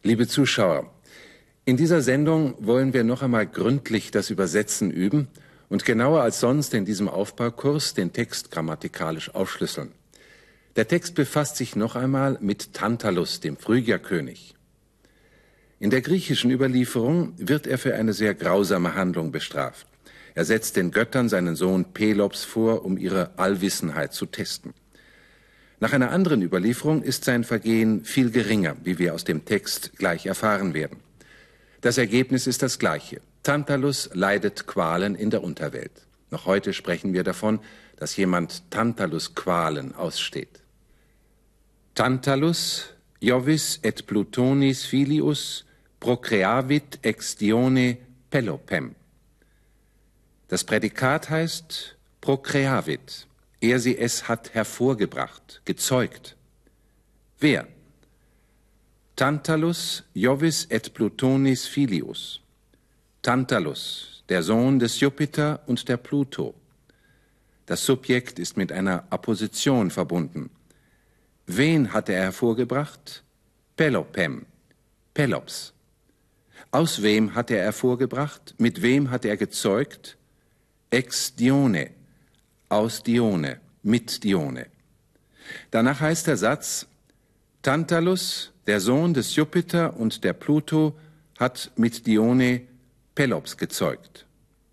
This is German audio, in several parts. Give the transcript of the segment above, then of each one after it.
Liebe Zuschauer, in dieser Sendung wollen wir noch einmal gründlich das Übersetzen üben und genauer als sonst in diesem Aufbaukurs den Text grammatikalisch aufschlüsseln. Der Text befasst sich noch einmal mit Tantalus, dem Phrygierkönig. In der griechischen Überlieferung wird er für eine sehr grausame Handlung bestraft. Er setzt den Göttern seinen Sohn Pelops vor, um ihre Allwissenheit zu testen. Nach einer anderen Überlieferung ist sein Vergehen viel geringer, wie wir aus dem Text gleich erfahren werden. Das Ergebnis ist das gleiche. Tantalus leidet Qualen in der Unterwelt. Noch heute sprechen wir davon, dass jemand Tantalus Qualen aussteht. Tantalus, Jovis et Plutonis filius, procreavit ex dione Pelopem. Das Prädikat heißt procreavit. Er sie es hat hervorgebracht, gezeugt. Wer? Tantalus, Jovis et Plutonis filius. Tantalus, der Sohn des Jupiter und der Pluto. Das Subjekt ist mit einer Apposition verbunden. Wen hat er hervorgebracht? Pelopem, Pelops. Aus wem hat er hervorgebracht? Mit wem hat er gezeugt? Ex Dione, aus Dione, mit Dione. Danach heißt der Satz, Tantalus, der Sohn des Jupiter und der Pluto, hat mit Dione Pelops gezeugt.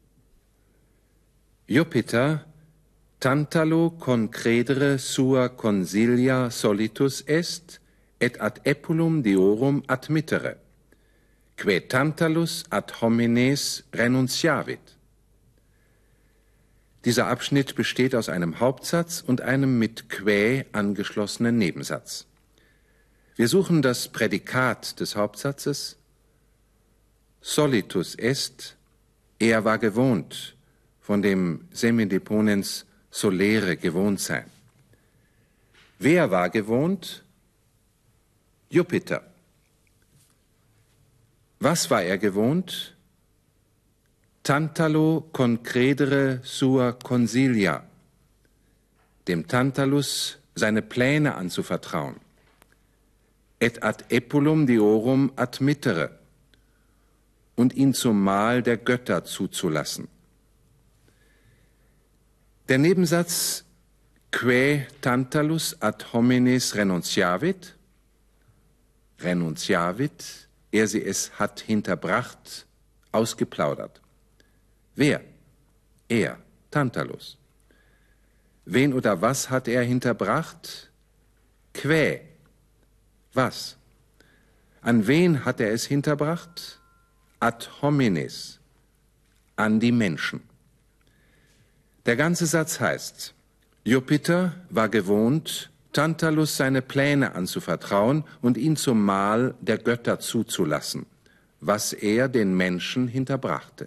Jupiter, Tantalo concredere sua consilia solitus est, et ad epulum deorum admittere, que Tantalus ad homines renunciavit. Dieser Abschnitt besteht aus einem Hauptsatz und einem mit quae angeschlossenen Nebensatz. Wir suchen das Prädikat des Hauptsatzes. Solitus est, er war gewohnt, von dem Semideponens solere, gewohnt sein. Wer war gewohnt? Jupiter. Was war er gewohnt? Tantalo concredere sua consilia, dem Tantalus seine Pläne anzuvertrauen. Et ad epulum deorum admittere, und ihn zum Mahl der Götter zuzulassen. Der Nebensatz quae Tantalus ad homines renunciavit, er sie es hat hinterbracht, ausgeplaudert. Wer? Er, Tantalus. Wen oder was hat er hinterbracht? Quae. Was? An wen hat er es hinterbracht? Ad homines. An die Menschen. Der ganze Satz heißt, Jupiter war gewohnt, Tantalus seine Pläne anzuvertrauen und ihn zum Mahl der Götter zuzulassen, was er den Menschen hinterbrachte.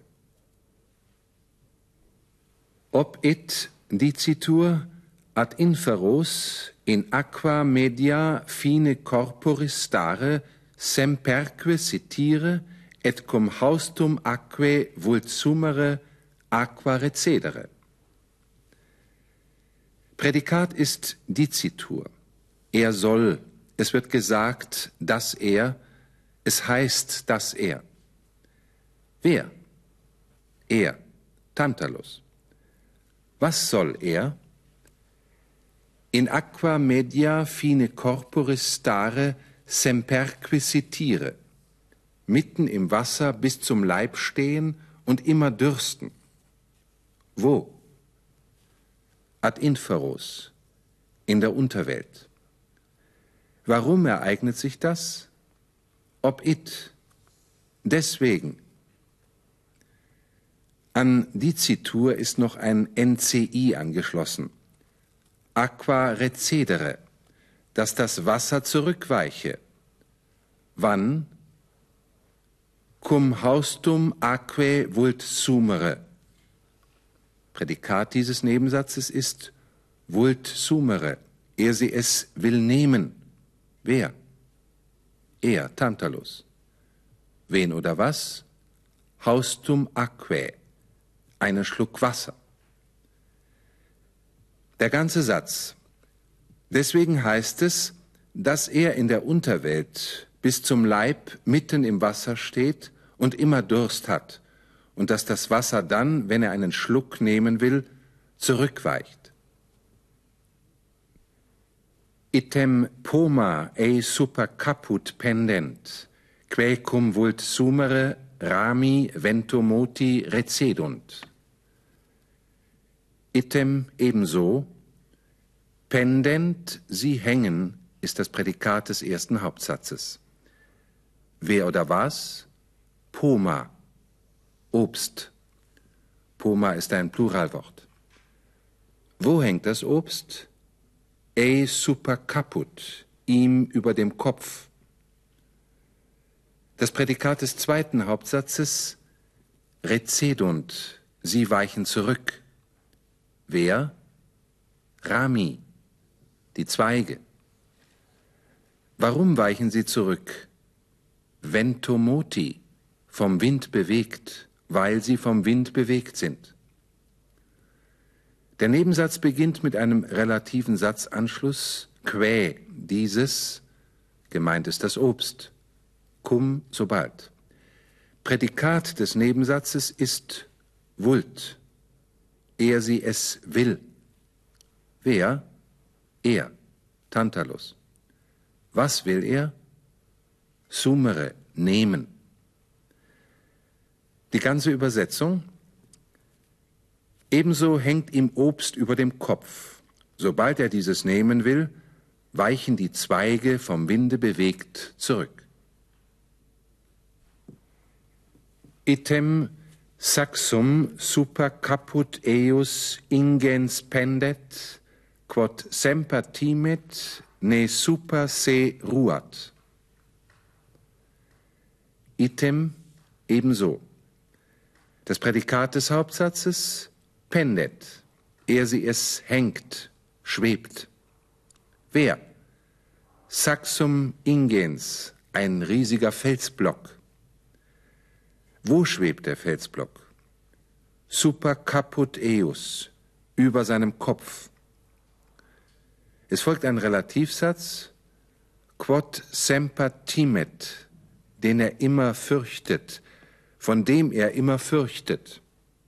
Ob it dicitur ad inferos in aqua media fine corporis stare semperque citire et cum haustum aquae vulsumere aqua recedere. Prädikat ist dicitur. Er soll. Es wird gesagt, dass er. Es heißt, dass er. Wer? Er, Tantalus. Was soll er? In aqua media fine corporis stare semperque citire. Mitten im Wasser bis zum Leib stehen und immer dürsten. Wo? Ad inferos, in der Unterwelt. Warum ereignet sich das? Ob it, deswegen. An dicitur ist noch ein NCI angeschlossen. Aqua recedere, dass das Wasser zurückweiche. Wann? Cum haustum aquae vult sumere. Prädikat dieses Nebensatzes ist vult sumere, er sie es will nehmen. Wer? Er, Tantalus. Wen oder was? Haustum aquae, einen Schluck Wasser. Der ganze Satz. Deswegen heißt es, dass er in der Unterwelt bis zum Leib mitten im Wasser steht und immer Durst hat, und dass das Wasser dann, wenn er einen Schluck nehmen will, zurückweicht. Item poma ei super caput pendent, quae cum vult sumere rami ventomoti recedunt. Item ebenso, pendent, sie hängen, ist das Prädikat des ersten Hauptsatzes. Wer oder was? Poma, Obst. Poma ist ein Pluralwort. Wo hängt das Obst? Ei super caput, ihm über dem Kopf. Das Prädikat des zweiten Hauptsatzes, recedunt, sie weichen zurück. Wer? Rami, die Zweige. Warum weichen sie zurück? Ventomoti, vom Wind bewegt, weil sie vom Wind bewegt sind. Der Nebensatz beginnt mit einem relativen Satzanschluss, quae, dieses, gemeint ist das Obst, cum, sobald. Prädikat des Nebensatzes ist vult, er sie es will. Wer? Er, Tantalus. Was will er? Sumere, nehmen. Die ganze Übersetzung: Ebenso hängt ihm Obst über dem Kopf. Sobald er dieses nehmen will, weichen die Zweige vom Winde bewegt zurück. Item saxum super caput eius ingens pendet, quod semper timet, ne super se ruat. Item ebenso. Das Prädikat des Hauptsatzes pendet, er sie es hängt, schwebt. Wer? Saxum ingens, ein riesiger Felsblock. Wo schwebt der Felsblock? Super caput eius, über seinem Kopf. Es folgt ein Relativsatz, quod semper timet, den er immer fürchtet, von dem er immer fürchtet.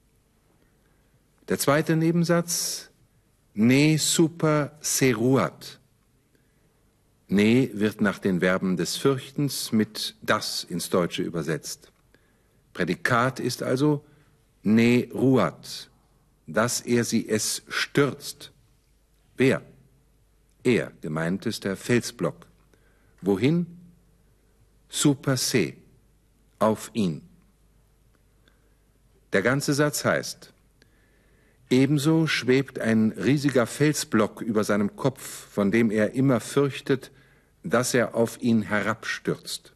Der zweite Nebensatz, ne super seruat. Ne wird nach den Verben des Fürchtens mit das ins Deutsche übersetzt. Prädikat ist also ne ruat, dass er sie es stürzt. Wer? Er, gemeint ist der Felsblock. Wohin? Super se, auf ihn. Der ganze Satz heißt: Ebenso schwebt ein riesiger Felsblock über seinem Kopf, von dem er immer fürchtet, dass er auf ihn herabstürzt.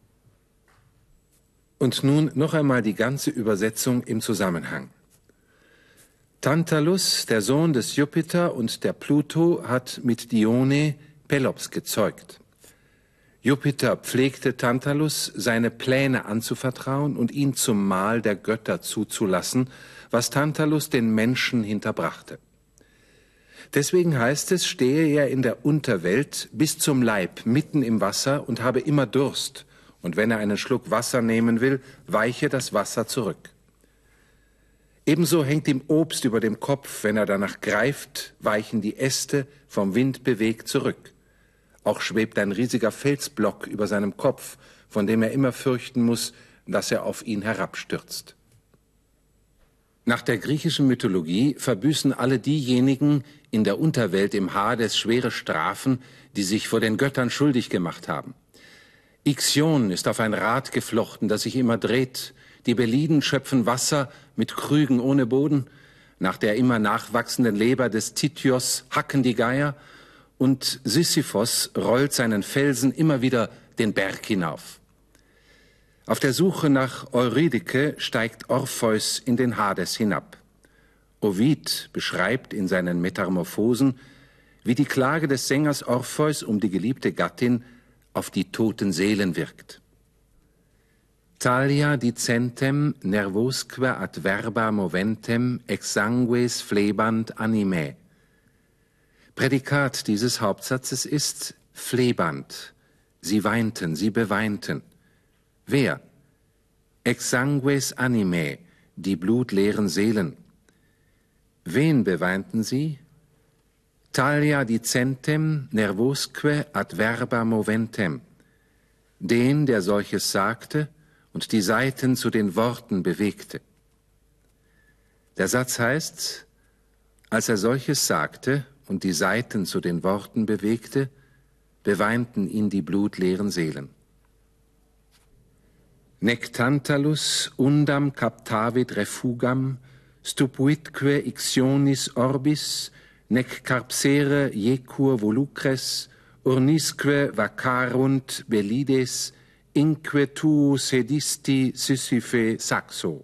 Und nun noch einmal die ganze Übersetzung im Zusammenhang. Tantalus, der Sohn des Jupiter und der Pluto, hat mit Dione Pelops gezeugt. Jupiter pflegte Tantalus, seine Pläne anzuvertrauen und ihn zum Mahl der Götter zuzulassen, was Tantalus den Menschen hinterbrachte. Deswegen heißt es, stehe er in der Unterwelt bis zum Leib mitten im Wasser und habe immer Durst, und wenn er einen Schluck Wasser nehmen will, weiche das Wasser zurück. Ebenso hängt ihm Obst über dem Kopf, wenn er danach greift, weichen die Äste, vom Wind bewegt, zurück. Auch schwebt ein riesiger Felsblock über seinem Kopf, von dem er immer fürchten muss, dass er auf ihn herabstürzt. Nach der griechischen Mythologie verbüßen alle diejenigen in der Unterwelt im Hades schwere Strafen, die sich vor den Göttern schuldig gemacht haben. Ixion ist auf ein Rad geflochten, das sich immer dreht. Die Beliden schöpfen Wasser mit Krügen ohne Boden. Nach der immer nachwachsenden Leber des Tityos hacken die Geier. Und Sisyphos rollt seinen Felsen immer wieder den Berg hinauf. Auf der Suche nach Eurydike steigt Orpheus in den Hades hinab. Ovid beschreibt in seinen Metamorphosen, wie die Klage des Sängers Orpheus um die geliebte Gattin auf die toten Seelen wirkt. Talia dicentem nervosque ad verba moventem exsangues flebant animae. Prädikat dieses Hauptsatzes ist flebant, Sie weinten, sie beweinten. Wer? Exsangues animae, die blutleeren Seelen. Wen beweinten sie? Talia dicentem nervosque ad verba moventem. Den, der solches sagte und die Saiten zu den Worten bewegte. Der Satz heißt, als er solches sagte und die Saiten zu den Worten bewegte, beweinten ihn die blutleeren Seelen. Nec Tantalus undam captavit refugam, stupuitque ictionis orbis, nec carpsere jecur volucres, urnisque vacarunt bellides, inque tu sedisti Sisyphe saxo.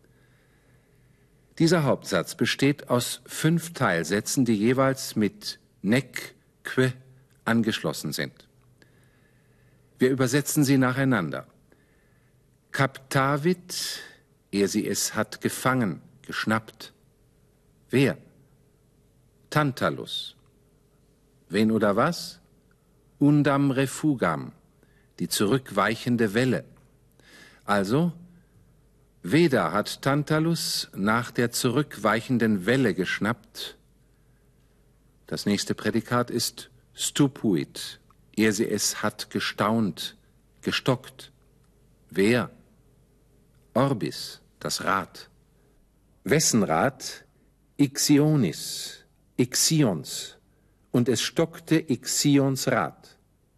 Dieser Hauptsatz besteht aus 5 Teilsätzen, die jeweils mit nec, que angeschlossen sind. Wir übersetzen sie nacheinander. Captavit, er sie es hat gefangen, geschnappt. Wer? Tantalus. Wen oder was? Undam refugam, die zurückweichende Welle. Also, weder hat Tantalus nach der zurückweichenden Welle geschnappt. Das nächste Prädikat ist stupuit, er sie es hat gestaunt, gestockt. Wer? Orbis, das Rad. Wessen Rad? Ixionis, Ixions, und es stockte Ixions Rad.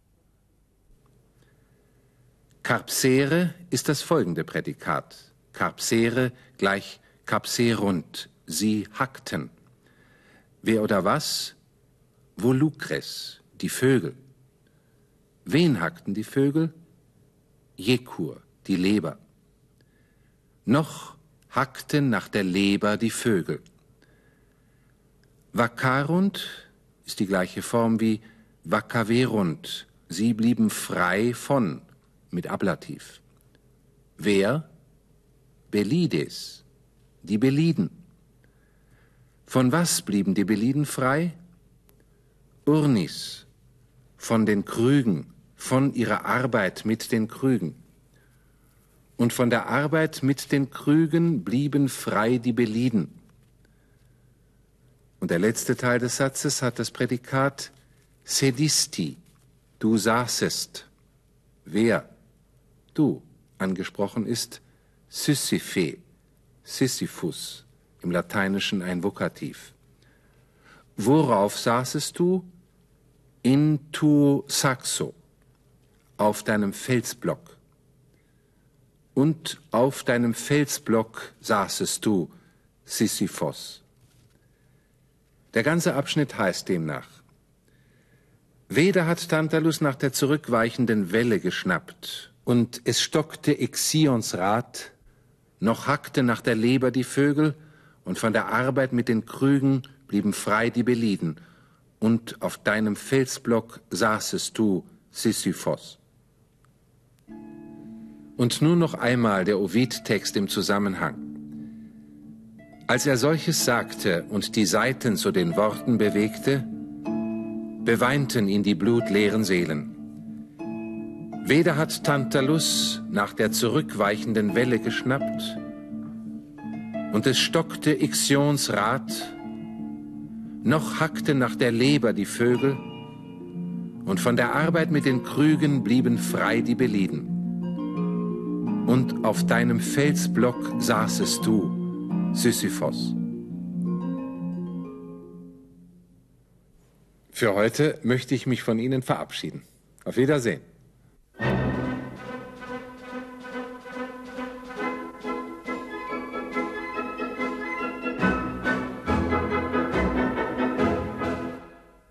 Carpsere ist das folgende Prädikat. Carpsere gleich capserunt, sie hackten. Wer oder was? Volucres, die Vögel. Wen hackten die Vögel? Jecur, die Leber. Noch hackten nach der Leber die Vögel. Vacarunt ist die gleiche Form wie vacaverunt. Sie blieben frei von, mit Ablativ. Wer? Bellides, die Belliden. Von was blieben die Belliden frei? Urnis, von den Krügen, von ihrer Arbeit mit den Krügen. Und von der Arbeit mit den Krügen blieben frei die Belliden. Und der letzte Teil des Satzes hat das Prädikat sedisti, du saßest. Wer? Du, angesprochen ist Sisyphe, Sisyphus, im Lateinischen ein Vokativ. Worauf saßest du? In tu saxo, auf deinem Felsblock. Und auf deinem Felsblock saßest du, Sisyphos. Der ganze Abschnitt heißt demnach: Weder hat Tantalus nach der zurückweichenden Welle geschnappt, und es stockte Ixions Rad, noch hackte nach der Leber die Vögel, und von der Arbeit mit den Krügen blieben frei die Belliden, und auf deinem Felsblock saßest du, Sisyphos. Und nun noch einmal der Ovid-Text im Zusammenhang. Als er solches sagte und die Saiten zu den Worten bewegte, beweinten ihn die blutleeren Seelen. Weder hat Tantalus nach der zurückweichenden Welle geschnappt, und es stockte Ixions Rad, noch hackte nach der Leber die Vögel, und von der Arbeit mit den Krügen blieben frei die Belliden. Und auf deinem Felsblock saßest du, Sisyphos. Für heute möchte ich mich von Ihnen verabschieden. Auf Wiedersehen.